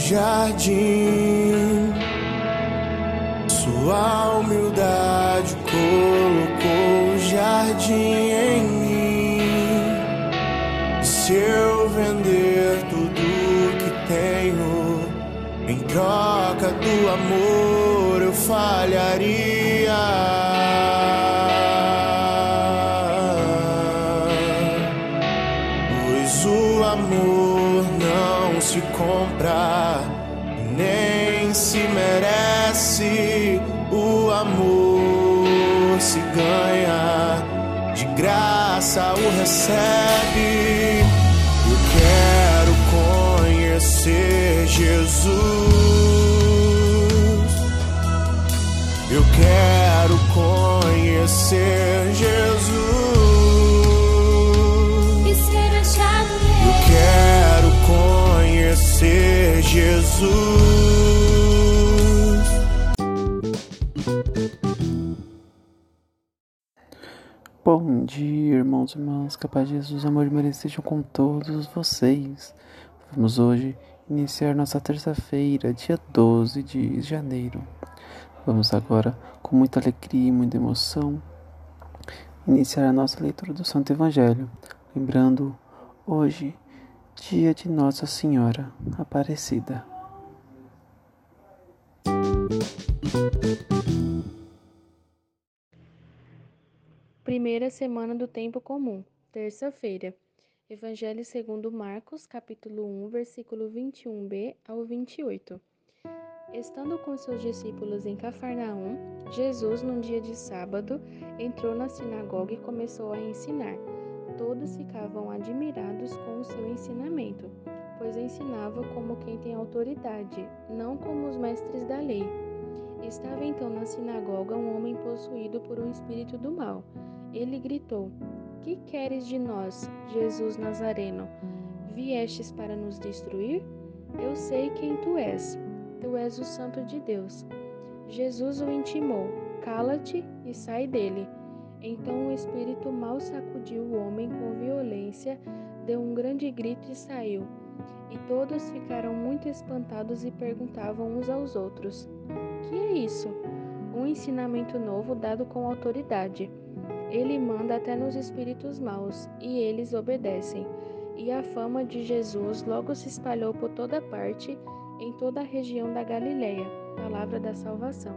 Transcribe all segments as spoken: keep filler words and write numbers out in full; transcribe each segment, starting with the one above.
jardim. Sua humildade colocou o jardim em mim. Se eu vender tudo que tenho em troca do amor, eu falharia. Pois o amor não se compra, nem se merece. O amor se ganha, de graça o recebe. Eu quero conhecer Jesus. Eu quero conhecer Jesus. E ser achado nele. Eu quero conhecer Jesus. Bom dia, irmãos e irmãs, que a paz de Jesus, amor e merecido estejam com todos vocês. Vamos hoje iniciar nossa terça-feira, dia doze de janeiro. Vamos agora, com muita alegria e muita emoção, iniciar a nossa leitura do Santo Evangelho. Lembrando, hoje, dia de Nossa Senhora Aparecida. Primeira semana do tempo comum, terça-feira. Evangelho segundo Marcos, capítulo um, versículo vinte e um b ao vinte e oito. Estando com seus discípulos em Cafarnaum, Jesus, num dia de sábado, entrou na sinagoga e começou a ensinar. Todos ficavam admirados com o seu ensinamento, pois ensinava como quem tem autoridade, não como os mestres da lei. Estava então na sinagoga um homem possuído por um espírito do mal. Ele gritou: "Que queres de nós, Jesus Nazareno? Viestes para nos destruir? Eu sei quem tu és. Tu és o Santo de Deus." Jesus o intimou: "Cala-te e sai dele." Então o espírito mal sacudiu o homem com violência, deu um grande grito e saiu. E todos ficaram muito espantados e perguntavam uns aos outros: "Que é isso?" Um ensinamento novo dado com autoridade. Ele manda até nos espíritos maus, e eles obedecem. E a fama de Jesus logo se espalhou por toda parte, em toda a região da Galileia. Palavra da salvação.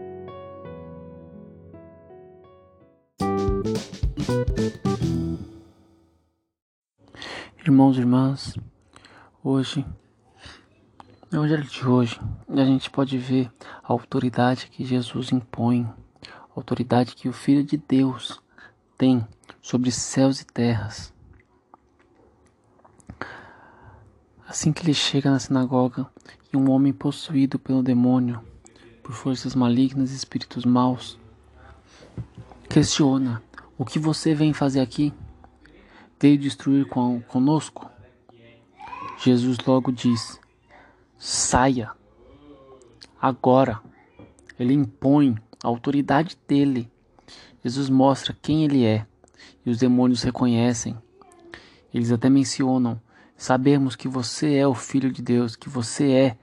Irmãos e irmãs, hoje, no Evangelho de hoje, a gente pode ver a autoridade que Jesus impõe, a autoridade que o Filho de Deus tem sobre céus e terras. Assim que ele chega na sinagoga e um homem possuído pelo demônio, por forças malignas e espíritos maus, questiona: "O que você vem fazer aqui? Veio destruir com, conosco?" Jesus logo diz: "Saia, agora." Ele impõe a autoridade dele. Jesus mostra quem ele é, e os demônios reconhecem. Eles até mencionam: "Sabemos que você é o Filho de Deus, que você é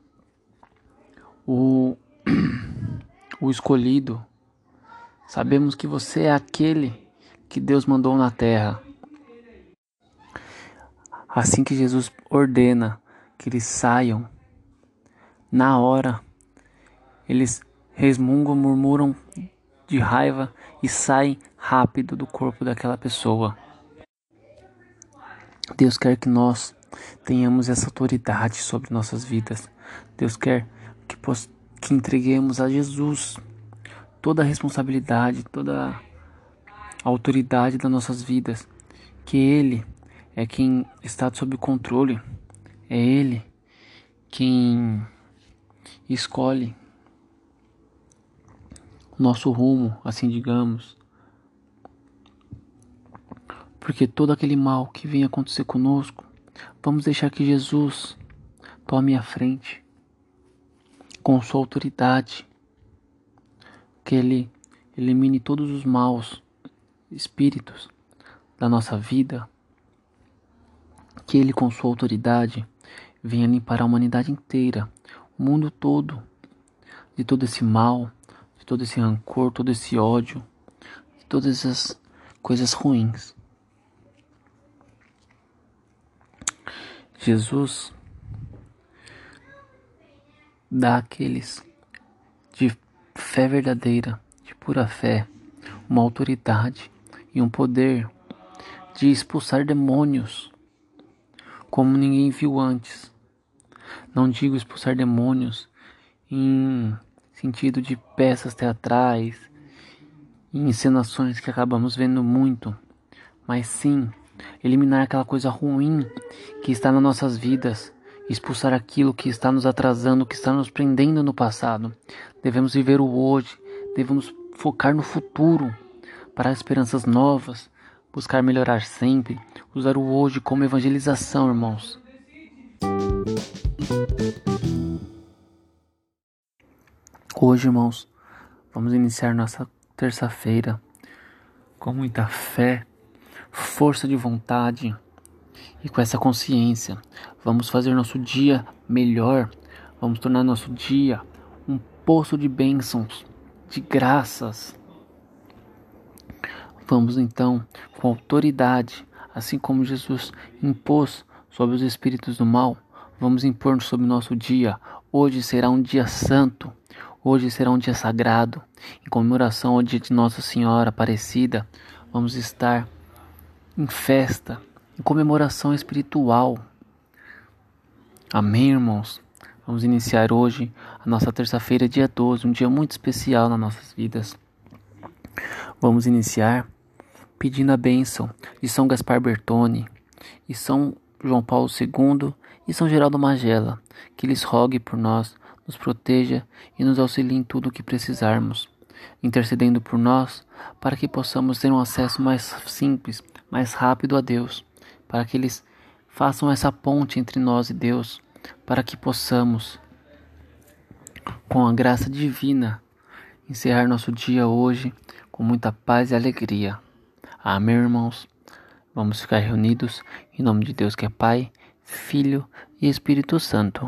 o, o escolhido. Sabemos que você é aquele que Deus mandou na terra." Assim que Jesus ordena que eles saiam, na hora, eles resmungam, murmuram de raiva e saem rápido do corpo daquela pessoa. Deus quer que nós tenhamos essa autoridade sobre nossas vidas. Deus quer que, poss- que entreguemos a Jesus toda a responsabilidade, toda a autoridade das nossas vidas. Que Ele é quem está sob controle. É Ele quem escolhe o nosso rumo, assim digamos. Porque todo aquele mal que vem acontecer conosco, vamos deixar que Jesus tome a frente com sua autoridade. Que Ele elimine todos os maus espíritos da nossa vida. Que Ele, com sua autoridade, venha limpar a humanidade inteira, o mundo todo, de todo esse mal, de todo esse rancor, todo esse ódio, de todas essas coisas ruins. Jesus dá àqueles de fé verdadeira, de pura fé, uma autoridade e um poder de expulsar demônios como ninguém viu antes. Não digo expulsar demônios em sentido de peças teatrais e encenações que acabamos vendo muito, mas sim eliminar aquela coisa ruim que está nas nossas vidas, expulsar aquilo que está nos atrasando, que está nos prendendo no passado. Devemos viver o hoje, devemos focar no futuro, para esperanças novas, buscar melhorar sempre, usar o hoje como evangelização, irmãos. Hoje, irmãos, vamos iniciar nossa terça-feira com muita fé, força de vontade e com essa consciência. Vamos fazer nosso dia melhor, vamos tornar nosso dia um poço de bênçãos, de graças. Vamos então, com autoridade, assim como Jesus impôs sobre os espíritos do mal, vamos impor sobre o nosso dia. Hoje será um dia santo, hoje será um dia sagrado, em comemoração ao dia de Nossa Senhora Aparecida. Vamos estar em festa, em comemoração espiritual. Amém, irmãos? Vamos iniciar hoje a nossa terça-feira, dia doze, um dia muito especial nas nossas vidas. Vamos iniciar pedindo a bênção de São Gaspar Bertone e São João Paulo segundo e São Geraldo Magela, que lhes rogue por nós, nos proteja e nos auxilie em tudo o que precisarmos, intercedendo por nós para que possamos ter um acesso mais simples, mais rápido a Deus, para que eles façam essa ponte entre nós e Deus, para que possamos, com a graça divina, encerrar nosso dia hoje com muita paz e alegria. Amém, irmãos? Vamos ficar reunidos em nome de Deus que é Pai, Filho e Espírito Santo.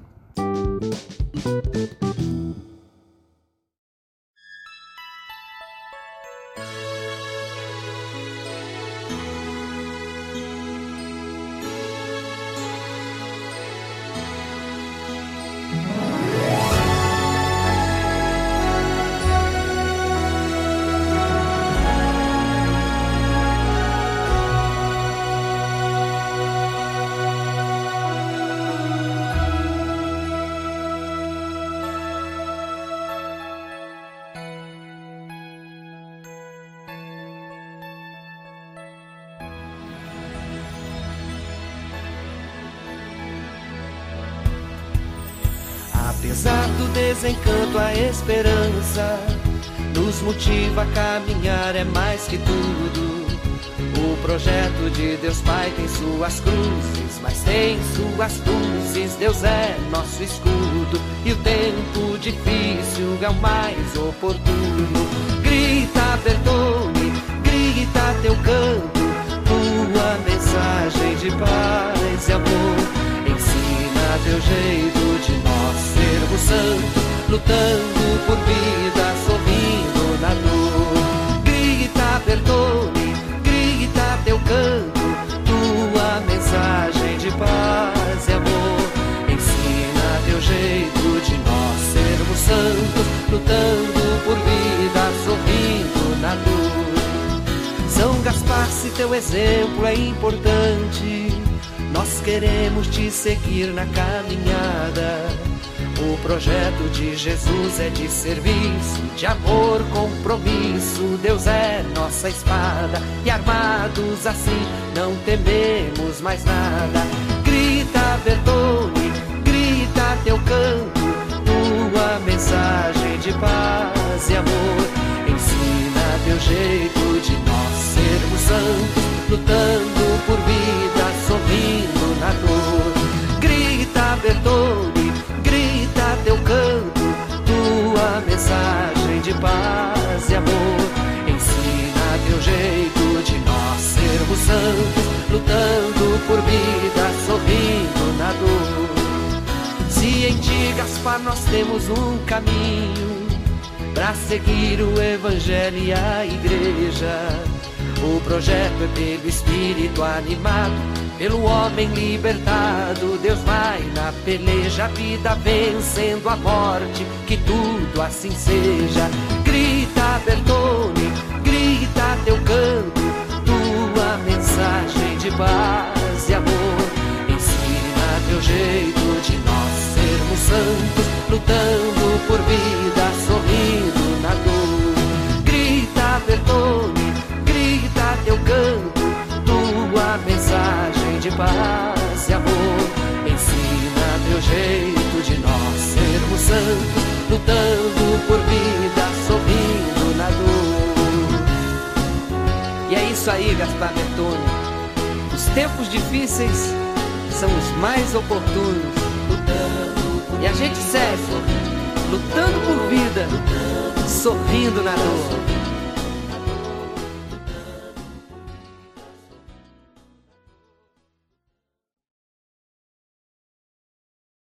Apesar do desencanto, a esperança nos motiva a caminhar, é mais que tudo. O projeto de Deus Pai tem suas cruzes, mas tem suas luzes. Deus é nosso escudo e o tempo difícil é o mais oportuno. Grita, Bertone, grita teu canto, tua mensagem de paz e amor. Ensina teu jeito de nós sermos santos, lutando por vida, sorrindo na dor. Grita, Bertone, grita teu canto, tua mensagem de paz e amor. Ensina teu jeito de nós sermos santos, lutando por vida, sorrindo na dor. São Gaspar, se teu exemplo é importante, nós queremos te seguir na caminhada. O projeto de Jesus é de serviço, de amor, compromisso. Deus é nossa espada e armados assim não tememos mais nada. Grita, Bertone, grita teu canto, tua mensagem de paz e amor. Ensina teu jeito de nós sermos santos, lutando por vida, sorrindo na dor. Grita, Bertone, grita teu canto, tua mensagem de paz e amor. Ensina teu jeito de nós sermos santos, lutando por vida, sorrindo na dor. Gaspar, nós temos um caminho pra seguir o Evangelho e a Igreja. O projeto é pelo Espírito animado, pelo homem libertado. Deus vai na peleja, a vida vencendo a morte, que tudo assim seja. Grita, Bertone, grita teu canto, tua mensagem de paz e amor. Ensina teu jeito de nós sermos santos, lutando por vida, sorrindo na dor. Grita, Bertone, grita teu canto, tua mensagem de paz e amor. Ensina teu jeito de nós sermos santos, lutando por vida, sorrindo na dor. E é isso aí, Gaspar Bertone. Os tempos difíceis são os mais oportunos. E a gente segue lutando por vida, sorrindo na dor.